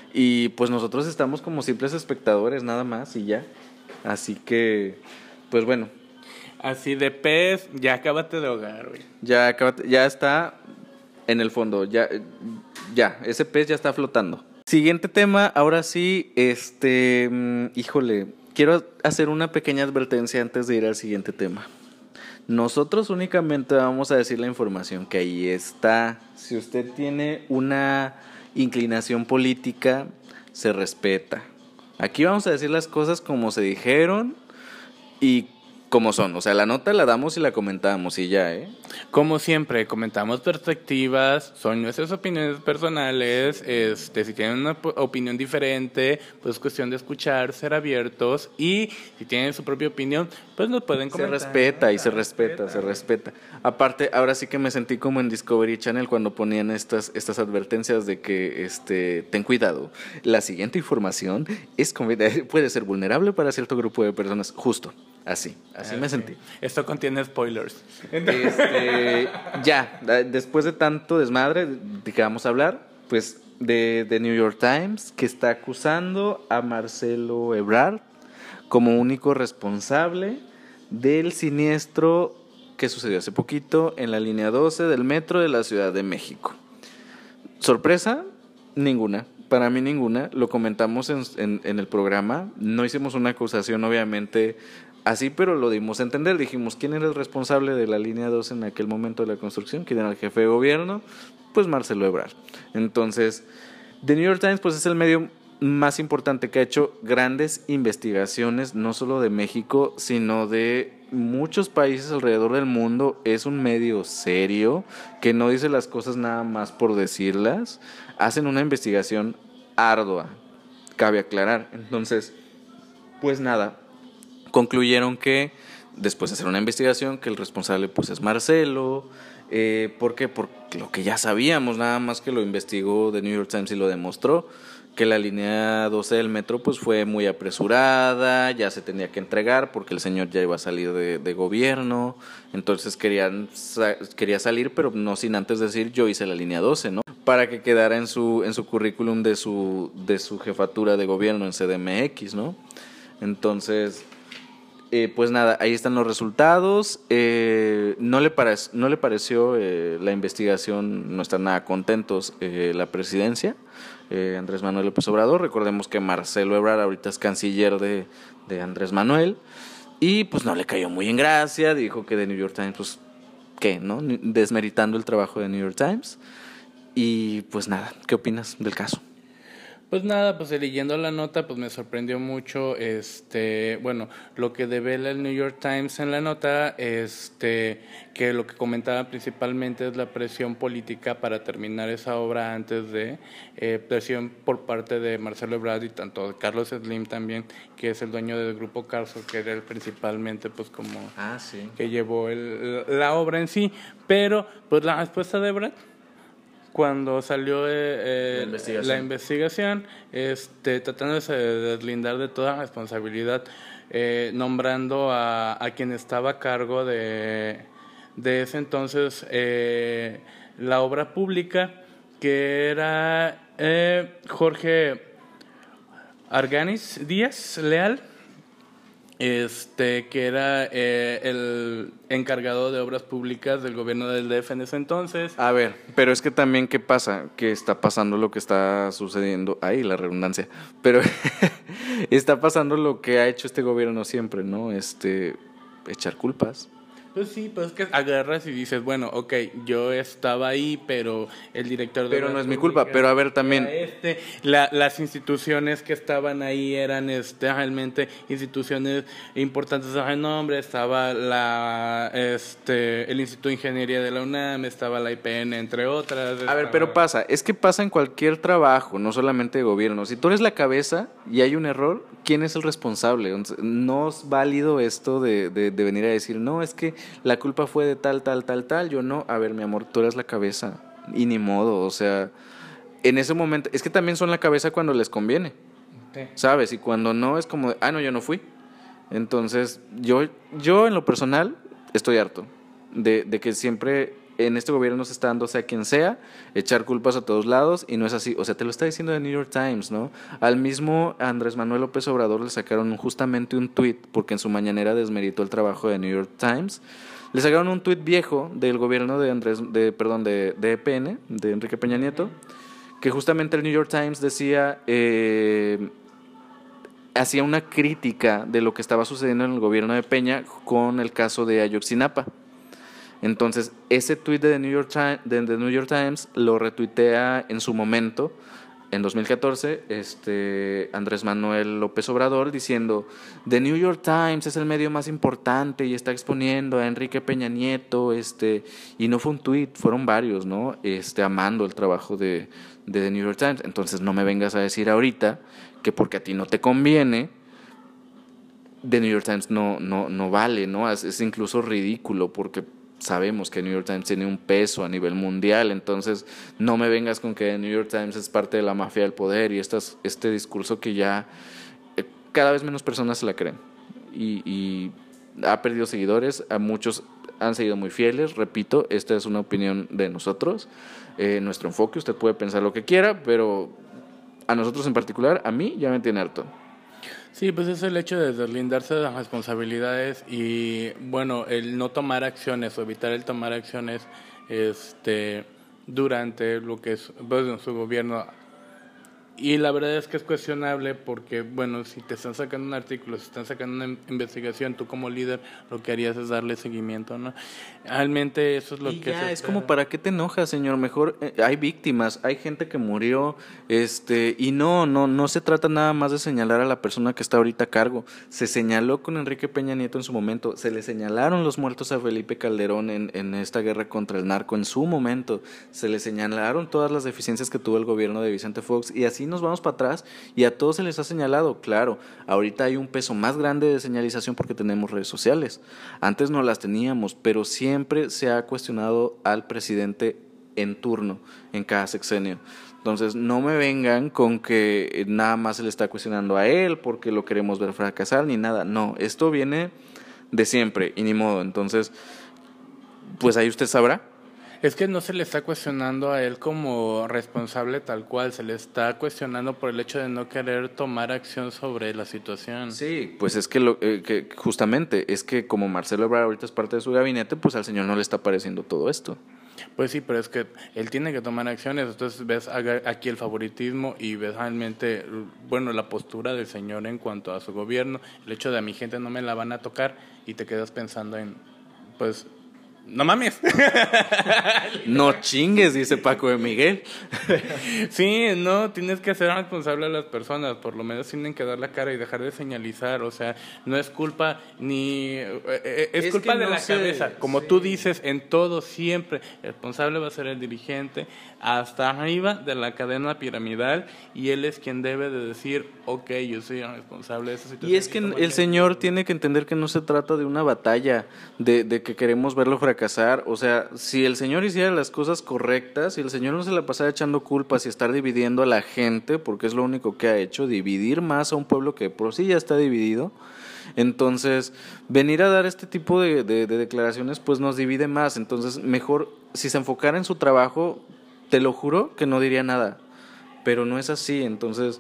y pues nosotros estamos como simples espectadores nada más y ya, así que pues bueno.
Así de pez, ya acábate de ahogar, güey.
Ya acábate, ya está en el fondo, ya, ya, ese pez ya está flotando. Siguiente tema, ahora sí, este, híjole, quiero hacer una pequeña advertencia antes de ir al siguiente tema. Nosotros únicamente vamos a decir la información que ahí está. Si usted tiene una inclinación política, se respeta. Aquí vamos a decir las cosas como se dijeron y como son, o sea, la nota la damos y la comentamos y ya, ¿eh?
Como siempre, comentamos perspectivas, son nuestras opiniones personales, este, si tienen una opinión diferente, pues es cuestión de escuchar, ser abiertos y si tienen su propia opinión, pues nos pueden comentar.
Se respeta y se respeta, se respeta. Aparte, ahora sí que me sentí como en Discovery Channel cuando ponían estas, estas advertencias de que, este, ten cuidado, la siguiente información es puede ser vulnerable para cierto grupo de personas, justo. Así, así
Ah,
me
sí.
sentí.
Esto contiene spoilers.
Este, ya, después de tanto desmadre de que vamos a hablar, pues de, de New York Times, que está acusando a Marcelo Ebrard como único responsable del siniestro que sucedió hace poquito en la línea doce del metro de la Ciudad de México. ¿Sorpresa? Ninguna. Para mí ninguna. Lo comentamos en, en, en el programa. No hicimos una acusación, obviamente, así, pero lo dimos a entender. Dijimos, ¿quién era el responsable de la línea doce en aquel momento de la construcción? ¿Quién era el jefe de gobierno? Pues Marcelo Ebrard. Entonces, The New York Times pues es el medio más importante que ha hecho grandes investigaciones, no solo de México, sino de muchos países alrededor del mundo. Es un medio serio, que no dice las cosas nada más por decirlas. Hacen una investigación ardua, cabe aclarar. Entonces, pues nada, concluyeron que, después de hacer una investigación, que el responsable pues es Marcelo. Eh, ¿Por qué? Por lo que ya sabíamos, nada más que lo investigó The New York Times y lo demostró, que la línea doce del metro pues fue muy apresurada, ya se tenía que entregar porque el señor ya iba a salir de, de gobierno, entonces querían quería salir, pero no sin antes decir yo hice la línea doce, ¿no? Para que quedara en su en su currículum de su de su jefatura de gobierno en C D M X, ¿no? Entonces, Eh, pues nada, ahí están los resultados. Eh, no, le parec- no le pareció eh, la investigación, no están nada contentos eh, la presidencia, eh, Andrés Manuel López Obrador. Recordemos que Marcelo Ebrard ahorita es canciller de, de Andrés Manuel y pues no le cayó muy en gracia, dijo que The New York Times, pues, ¿qué? ¿No? Desmeritando el trabajo de New York Times. Y pues nada, ¿qué opinas del caso?
Pues nada, pues leyendo la nota, pues me sorprendió mucho, este, bueno, lo que devela el New York Times en la nota, este, que lo que comentaba principalmente es la presión política para terminar esa obra antes de, eh, presión por parte de Marcelo Ebrard y tanto de Carlos Slim también, que es el dueño del grupo Carso, que era el principalmente, pues como,
ah, sí.
que llevó el, la obra en sí, pero, pues la respuesta de Ebrard, cuando salió eh,
la investigación,
la investigación este, tratándose de deslindar de toda responsabilidad, eh, nombrando a, a quien estaba a cargo de, de ese entonces eh, la obra pública, que era eh, Jorge Arganis Díaz Leal, este que era eh, el encargado de obras públicas del gobierno del D F en ese entonces.
A ver, pero es que también, ¿qué pasa? Que está pasando lo que está sucediendo, ahí la redundancia, pero está pasando lo que ha hecho este gobierno siempre, ¿no? Este, echar culpas.
Pues sí, pues es que agarras y dices, bueno, ok, yo estaba ahí, pero el director de
Pero no es mi culpa, pero a ver también.
Este, la, las instituciones que estaban ahí eran este, realmente instituciones importantes de renombre. Estaba la, este, el Instituto de Ingeniería de la UNAM, estaba la I P N, entre otras.
A
estaba...
ver, pero pasa, es que pasa en cualquier trabajo, no solamente de gobierno. Si tú eres la cabeza y hay un error, ¿quién es el responsable? No es válido esto de, de, de venir a decir, no, es que la culpa fue de tal, tal, tal, tal. Yo no, a ver, mi amor, tú eres la cabeza y ni modo, o sea, en ese momento, es que también son la cabeza cuando les conviene, sí, ¿sabes? Y cuando no, es como, ah, no, yo no fui. Entonces, yo, yo en lo personal estoy harto de, de que siempre en este gobierno se está dando, sea quien sea, echar culpas a todos lados, y no es así. O sea, te lo está diciendo The New York Times, ¿no? Al mismo Andrés Manuel López Obrador le sacaron justamente un tuit, porque en su mañanera desmeritó el trabajo de New York Times. Le sacaron un tuit viejo del gobierno de Andrés, de, perdón, de, de E P N, de Enrique Peña Nieto, que justamente el New York Times decía, eh, hacía una crítica de lo que estaba sucediendo en el gobierno de Peña con el caso de Ayotzinapa. Entonces, ese tuit de The New York Times, de The New York Times lo retuitea en su momento, en dos mil catorce, este, Andrés Manuel López Obrador, diciendo, The New York Times es el medio más importante y está exponiendo a Enrique Peña Nieto, este, y no fue un tuit, fueron varios, ¿no? Este, amando el trabajo de, de The New York Times. Entonces, no me vengas a decir ahorita que porque a ti no te conviene, The New York Times no, no, no vale, ¿no? Es, es incluso ridículo, porque sabemos que New York Times tiene un peso a nivel mundial. Entonces no me vengas con que New York Times es parte de la mafia del poder y estas, este discurso que ya eh, cada vez menos personas se la creen, y, y ha perdido seguidores, a muchos han seguido muy fieles, repito, esta es una opinión de nosotros, eh, nuestro enfoque, usted puede pensar lo que quiera, pero a nosotros en particular, a mí ya me tiene harto.
Sí, pues es el hecho de deslindarse de las responsabilidades y, bueno, el no tomar acciones o evitar el tomar acciones este durante lo que es pues, su gobierno. Y la verdad es que es cuestionable porque, bueno, si te están sacando un artículo, si están sacando una investigación, tú como líder lo que harías es darle seguimiento, ¿no? Realmente eso es lo
y
que
ya,
se
es como, ¿para qué te enojas, señor? Mejor eh, hay víctimas, hay gente que murió, este, y no, no, no se trata nada más de señalar a la persona que está ahorita a cargo. Se señaló con Enrique Peña Nieto en su momento, se le señalaron los muertos a Felipe Calderón en, en esta guerra contra el narco en su momento, se le señalaron todas las deficiencias que tuvo el gobierno de Vicente Fox, y así nos vamos para atrás, y a todos se les ha señalado. Claro, ahorita hay un peso más grande de señalización porque tenemos redes sociales, antes no las teníamos, pero siempre se ha cuestionado al presidente en turno, en cada sexenio. Entonces no me vengan con que nada más se le está cuestionando a él porque lo queremos ver fracasar ni nada, no, esto viene de siempre y ni modo. Entonces pues ahí usted sabrá.
Es que no se le está cuestionando a él como responsable tal cual, se le está cuestionando por el hecho de no querer tomar acción sobre la situación.
Sí, pues es que, lo, eh, que justamente, es que como Marcelo Ebrard ahorita es parte de su gabinete, pues al señor no le está pareciendo todo esto.
Pues sí, pero es que él tiene que tomar acciones, entonces ves aquí el favoritismo y ves realmente, bueno, la postura del señor en cuanto a su gobierno, el hecho de a mi gente no me la van a tocar y te quedas pensando en, pues... No mames.
No chingues, dice Paco de Miguel.
Sí, no, tienes que ser responsable a las personas, por lo menos tienen que dar la cara y dejar de señalizar, o sea, no es culpa ni... Eh, es, es culpa de no la sé, cabeza, como sí. Tú dices, en todo, siempre, el responsable va a ser el dirigente, hasta arriba de la cadena piramidal, y él es quien debe de decir, ok, yo soy el responsable de esa situación.
Y es que el señor tiene que entender que no se trata de una batalla, de, de que queremos verlo fracasar. O sea, si el señor hiciera las cosas correctas, si el señor no se la pasara echando culpas y estar dividiendo a la gente, porque es lo único que ha hecho, dividir más a un pueblo que por sí ya está dividido, entonces venir a dar este tipo de, de, de declaraciones pues nos divide más. Entonces mejor, si se enfocara en su trabajo, te lo juro que no diría nada, pero no es así. Entonces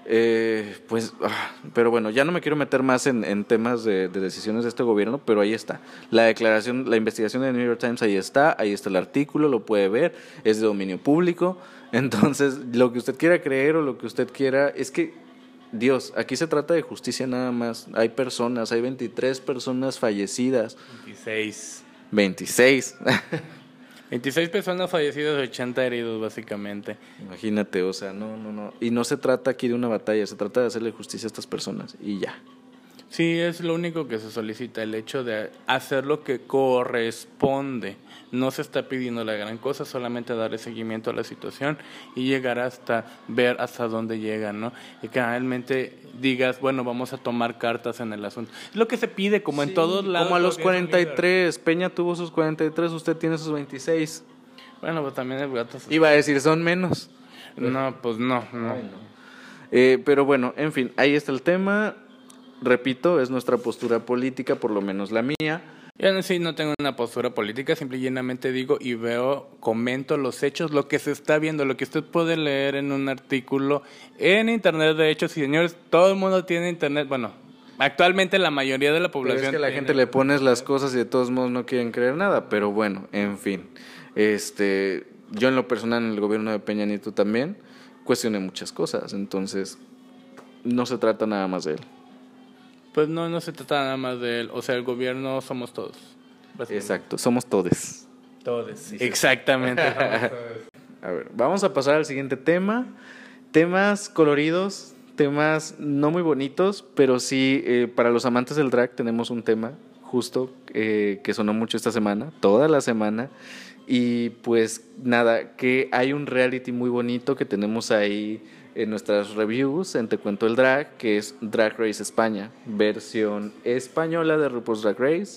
Eh, pues, ah, pero bueno, ya no me quiero meter más en, en temas de, de decisiones de este gobierno, pero ahí está. La declaración, la investigación de New York Times, ahí está, ahí está el artículo, lo puede ver, es de dominio público. Entonces, lo que usted quiera creer o lo que usted quiera, es que, Dios, aquí se trata de justicia nada más. Hay personas, hay veintitrés personas fallecidas.
veintiséis.
veintiséis.
veintiséis personas fallecidas, ochenta heridos básicamente.
Imagínate, o sea, no, no, no. Y no se trata aquí de una batalla, se trata de hacerle justicia a estas personas y ya.
Sí, es lo único que se solicita, el hecho de hacer lo que corresponde. No se está pidiendo la gran cosa, solamente darle seguimiento a la situación y llegar hasta ver hasta dónde llegan, ¿no? Y que realmente digas, bueno, vamos a tomar cartas en el asunto. Es lo que se pide, como sí, en todos lados.
Como a los cuarenta y tres, Peña tuvo sus cuarenta y tres, usted tiene sus veintiséis.
Bueno, pues también el gato...
Iba a decir, son menos.
No, pues no, no.
Ay, no. Eh, pero bueno, en fin, ahí está el tema. Repito, es nuestra postura política, por lo menos la mía.
Yo en sí no tengo una postura política, simple y llanamente digo y veo, comento los hechos, lo que se está viendo, lo que usted puede leer en un artículo en internet. De hecho, sí, señores, todo el mundo tiene internet, bueno, actualmente la mayoría de la población...
Pero es que la gente le pones las cosas y de todos modos no quieren creer nada, pero bueno, en fin. Este, yo en lo personal, en el gobierno de Peña Nieto también, cuestioné muchas cosas, entonces no se trata nada más de él.
Pues no, no se trata nada más de él. O sea, el gobierno somos todos.
Exacto, somos todes.
Todes. Sí, exactamente.
A ver, vamos a pasar al siguiente tema. Temas coloridos, temas no muy bonitos, pero sí, eh, para los amantes del drag tenemos un tema justo eh, que sonó mucho esta semana, toda la semana. Y pues nada, que hay un reality muy bonito que tenemos ahí en nuestras reviews en Te Cuento el Drag, que es Drag Race España, versión española de RuPaul's Drag Race.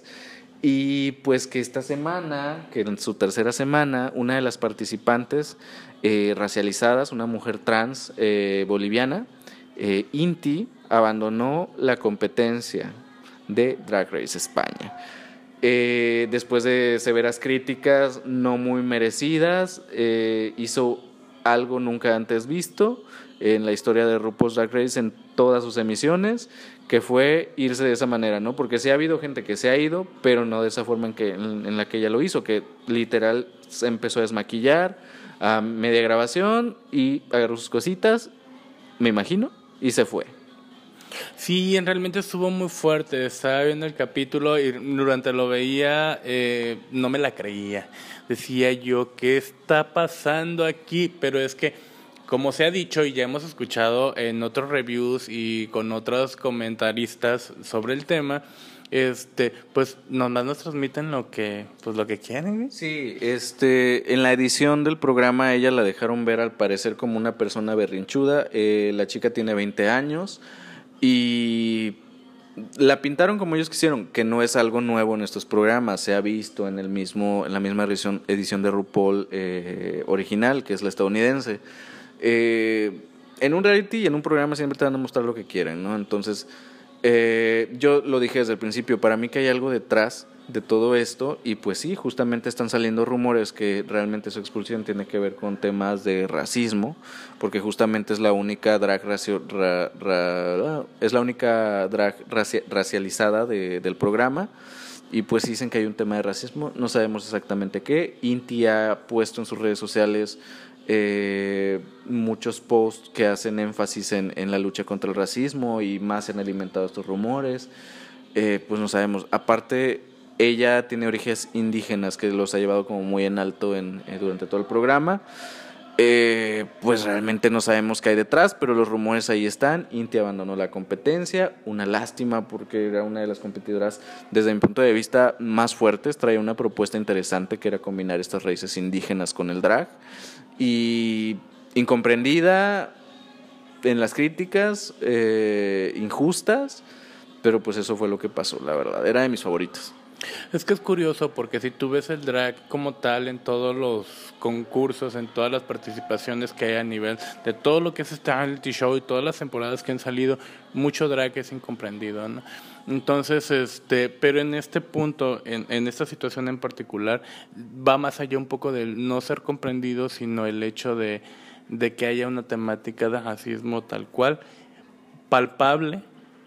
Y pues que esta semana, que en su tercera semana, una de las participantes eh, racializadas, una mujer trans eh, boliviana, eh, Inti, abandonó la competencia de Drag Race España. Eh, después de severas críticas no muy merecidas, eh, hizo algo nunca antes visto en la historia de RuPaul's Drag Race en todas sus emisiones, que fue irse de esa manera, ¿no? Porque sí ha habido gente que se ha ido, pero no de esa forma en, que, en, en la que ella lo hizo, que literal se empezó a desmaquillar a media grabación y agarró sus cositas, me imagino, y se fue.
Sí, realmente estuvo muy fuerte. Estaba viendo el capítulo y durante lo veía, eh, no me la creía. Decía yo, ¿qué está pasando aquí? Pero es que, como se ha dicho y ya hemos escuchado en otros reviews y con otros comentaristas sobre el tema, este, pues nomás nos transmiten lo que, pues lo que quieren, ¿eh?
Sí, este, en la edición del programa ella la dejaron ver al parecer como una persona berrinchuda. Eh, la chica tiene veinte años. Y la pintaron como ellos quisieron, que no es algo nuevo en estos programas, se ha visto en el mismo, en la misma edición, edición de RuPaul eh, original, que es la estadounidense. Eh, en un reality y en un programa siempre te van a mostrar lo que quieren, ¿no? Entonces, eh, yo lo dije desde el principio, para mí que hay algo detrás de todo esto, y pues sí, justamente están saliendo rumores que realmente su expulsión tiene que ver con temas de racismo, porque justamente es la única drag racio, ra, ra, es la única drag raci, racializada de, del programa, y pues dicen que hay un tema de racismo, no sabemos exactamente qué. Inti ha puesto en sus redes sociales eh, muchos posts que hacen énfasis en, en la lucha contra el racismo, y más se han alimentado estos rumores. Eh, pues no sabemos, aparte ella tiene orígenes indígenas que los ha llevado como muy en alto en, eh, durante todo el programa. Eh, pues realmente no sabemos qué hay detrás, pero los rumores ahí están. Inti abandonó la competencia, una lástima porque era una de las competidoras desde mi punto de vista más fuertes, traía una propuesta interesante que era combinar estas raíces indígenas con el drag, y incomprendida en las críticas, eh, injustas, pero pues eso fue lo que pasó, la verdad, era de mis favoritos.
Es que es curioso porque si tú ves el drag como tal en todos los concursos, en todas las participaciones que hay a nivel de todo lo que es este reality show y todas las temporadas que han salido, mucho drag es incomprendido, ¿no? Entonces, este, pero en este punto, en, en esta situación en particular, va más allá un poco del no ser comprendido, sino el hecho de, de que haya una temática de racismo tal cual, palpable,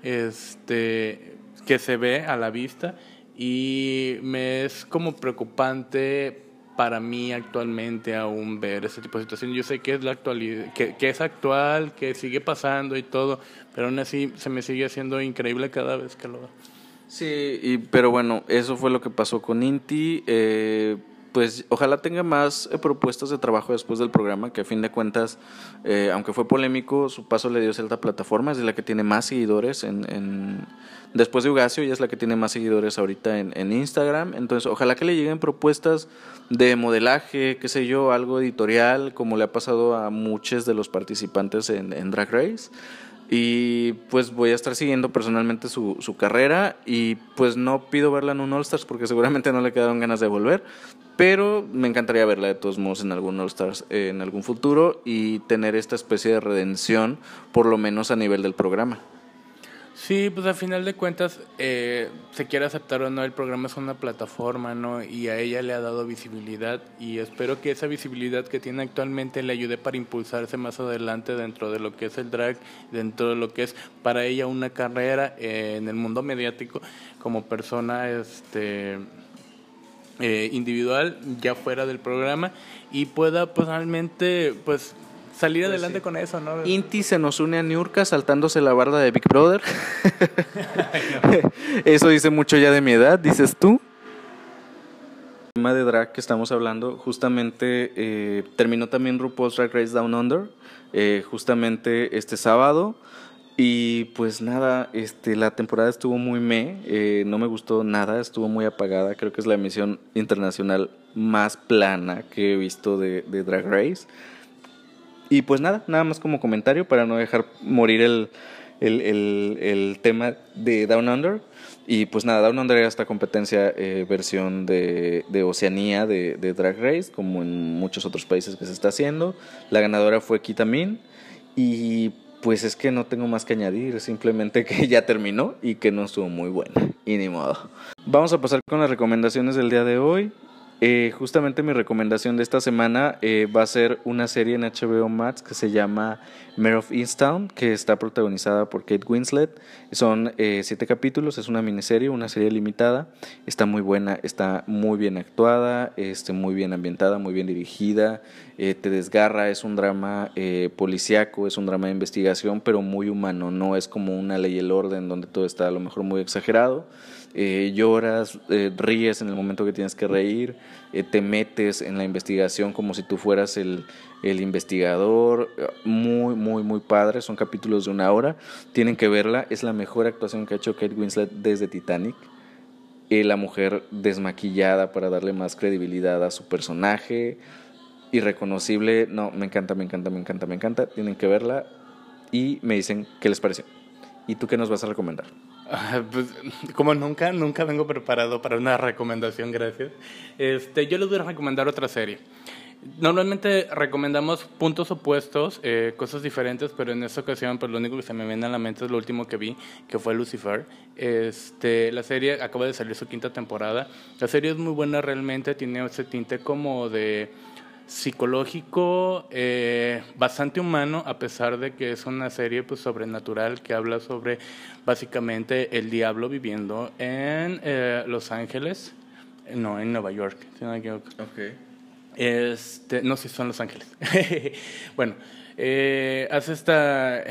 este, que se ve a la vista. Y me es como preocupante para mí actualmente aún ver ese tipo de situación. Yo sé que es la actualidad, que, que es actual, que sigue pasando y todo, pero aún así se me sigue haciendo increíble cada vez que lo veo.
Sí, y, pero bueno, eso fue lo que pasó con Inti. Eh, pues ojalá tenga más eh, propuestas de trabajo después del programa, que a fin de cuentas, eh, aunque fue polémico, su paso le dio cierta plataforma, es de la que tiene más seguidores en, en después de Ugasio, ella es la que tiene más seguidores ahorita en, en Instagram. Entonces ojalá que le lleguen propuestas de modelaje, qué sé yo, algo editorial, como le ha pasado a muchos de los participantes en, en Drag Race. Y pues voy a estar siguiendo personalmente su, su carrera, y pues no pido verla en un All Stars porque seguramente no le quedaron ganas de volver, pero me encantaría verla de todos modos en algún All Stars eh, en algún futuro, y tener esta especie de redención por lo menos a nivel del programa.
Sí, pues al final de cuentas, eh, se quiere aceptar o no, el programa es una plataforma, ¿no? Y a ella le ha dado visibilidad, y espero que esa visibilidad que tiene actualmente le ayude para impulsarse más adelante dentro de lo que es el drag, dentro de lo que es para ella una carrera eh, en el mundo mediático como persona este eh, individual, ya fuera del programa, y pueda pues realmente pues salir pues adelante sí. Con eso, ¿no?
Inti se nos une a Niurka saltándose la barda de Big Brother. Eso dice mucho ya de mi edad, dices tú. El tema de drag que estamos hablando, justamente eh, terminó también RuPaul's Drag Race Down Under, eh, justamente este sábado. Y pues nada, este, la temporada estuvo muy meh, eh, no me gustó nada, estuvo muy apagada. Creo que es la emisión internacional más plana que he visto de, de Drag Race. Y pues nada, nada más como comentario para no dejar morir el, el, el, el tema de Down Under. Y pues nada, Down Under era esta competencia eh, versión de, de Oceanía de, de Drag Race, como en muchos otros países que se está haciendo. La ganadora fue Kita Min. Y Pues es que no tengo más que añadir, simplemente que ya terminó y que no estuvo muy buena, y ni modo. Vamos a pasar con las recomendaciones del día de hoy. Eh, justamente mi recomendación de esta semana eh, va a ser una serie en H B O Max que se llama Mare of Easttown, que está protagonizada por Kate Winslet. Son eh, siete capítulos, es una miniserie, una serie limitada. Está muy buena, está muy bien actuada, este, muy bien ambientada, muy bien dirigida. Eh, te desgarra, es un drama eh, policíaco, es un drama de investigación, pero muy humano. No es como una Ley y el Orden donde todo está a lo mejor muy exagerado. Eh, lloras, eh, ríes en el momento que tienes que reír, eh, te metes en la investigación como si tú fueras el, el investigador. Muy, muy, muy padre. Son capítulos de una hora. Tienen que verla. Es la mejor actuación que ha hecho Kate Winslet desde Titanic. Eh, la mujer desmaquillada para darle más credibilidad a su personaje. Irreconocible. No, me encanta, me encanta, me encanta, me encanta. Tienen que verla y me dicen qué les pareció. ¿Y tú qué nos vas a recomendar?
Ah, pues, como nunca, nunca vengo preparado para una recomendación, gracias. Este, yo les voy a recomendar otra serie. Normalmente recomendamos puntos opuestos, eh, cosas diferentes, pero en esta ocasión pues lo único que se me viene a la mente es lo último que vi, que fue Lucifer. Este, la serie acaba de salir su quinta temporada. La serie es muy buena realmente, tiene ese tinte como de psicológico, eh, bastante humano, a pesar de que es una serie pues sobrenatural que habla sobre básicamente el diablo viviendo en eh, Los Ángeles, no, en Nueva York, si no me equivoco.
Okay.
Este, no sé si son Los Ángeles. Bueno, eh, hace esta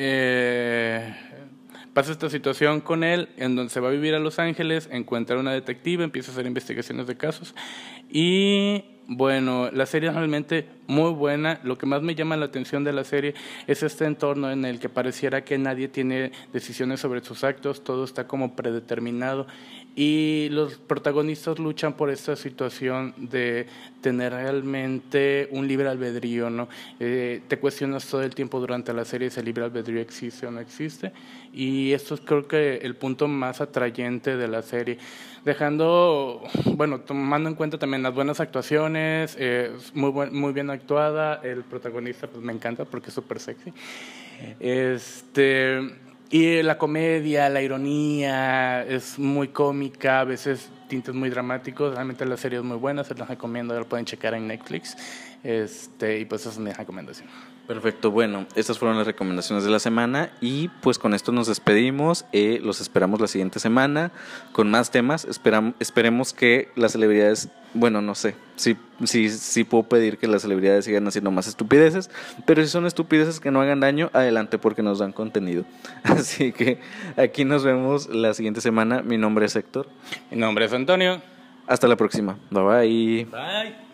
eh, pasa esta situación con él, en donde se va a vivir a Los Ángeles, encuentra a una detective, empieza a hacer investigaciones de casos y bueno, la serie es realmente muy buena. Lo que más me llama la atención de la serie es este entorno en el que pareciera que nadie tiene decisiones sobre sus actos, todo está como predeterminado y los protagonistas luchan por esta situación de tener realmente un libre albedrío, ¿no? Eh, te cuestionas todo el tiempo durante la serie si el libre albedrío existe o no existe, y esto es creo que el punto más atrayente de la serie, dejando, bueno, tomando en cuenta también las buenas actuaciones, eh, muy, buen, muy bien actuada, el protagonista pues me encanta porque es súper sexy, este, y la comedia, la ironía, es muy cómica, a veces tintes muy dramáticos, realmente la serie es muy buena, se las recomiendo, la pueden checar en Netflix, este, y pues esa es mi recomendación.
Perfecto, bueno, estas fueron las recomendaciones de la semana y pues con esto nos despedimos, eh, los esperamos la siguiente semana con más temas. Esperam, esperemos que las celebridades, bueno, no sé, sí, sí, sí puedo pedir que las celebridades sigan haciendo más estupideces, pero si son estupideces que no hagan daño, adelante porque nos dan contenido. Así que aquí nos vemos la siguiente semana. Mi nombre es Héctor.
Mi nombre es Antonio.
Hasta la próxima, bye bye.
Bye.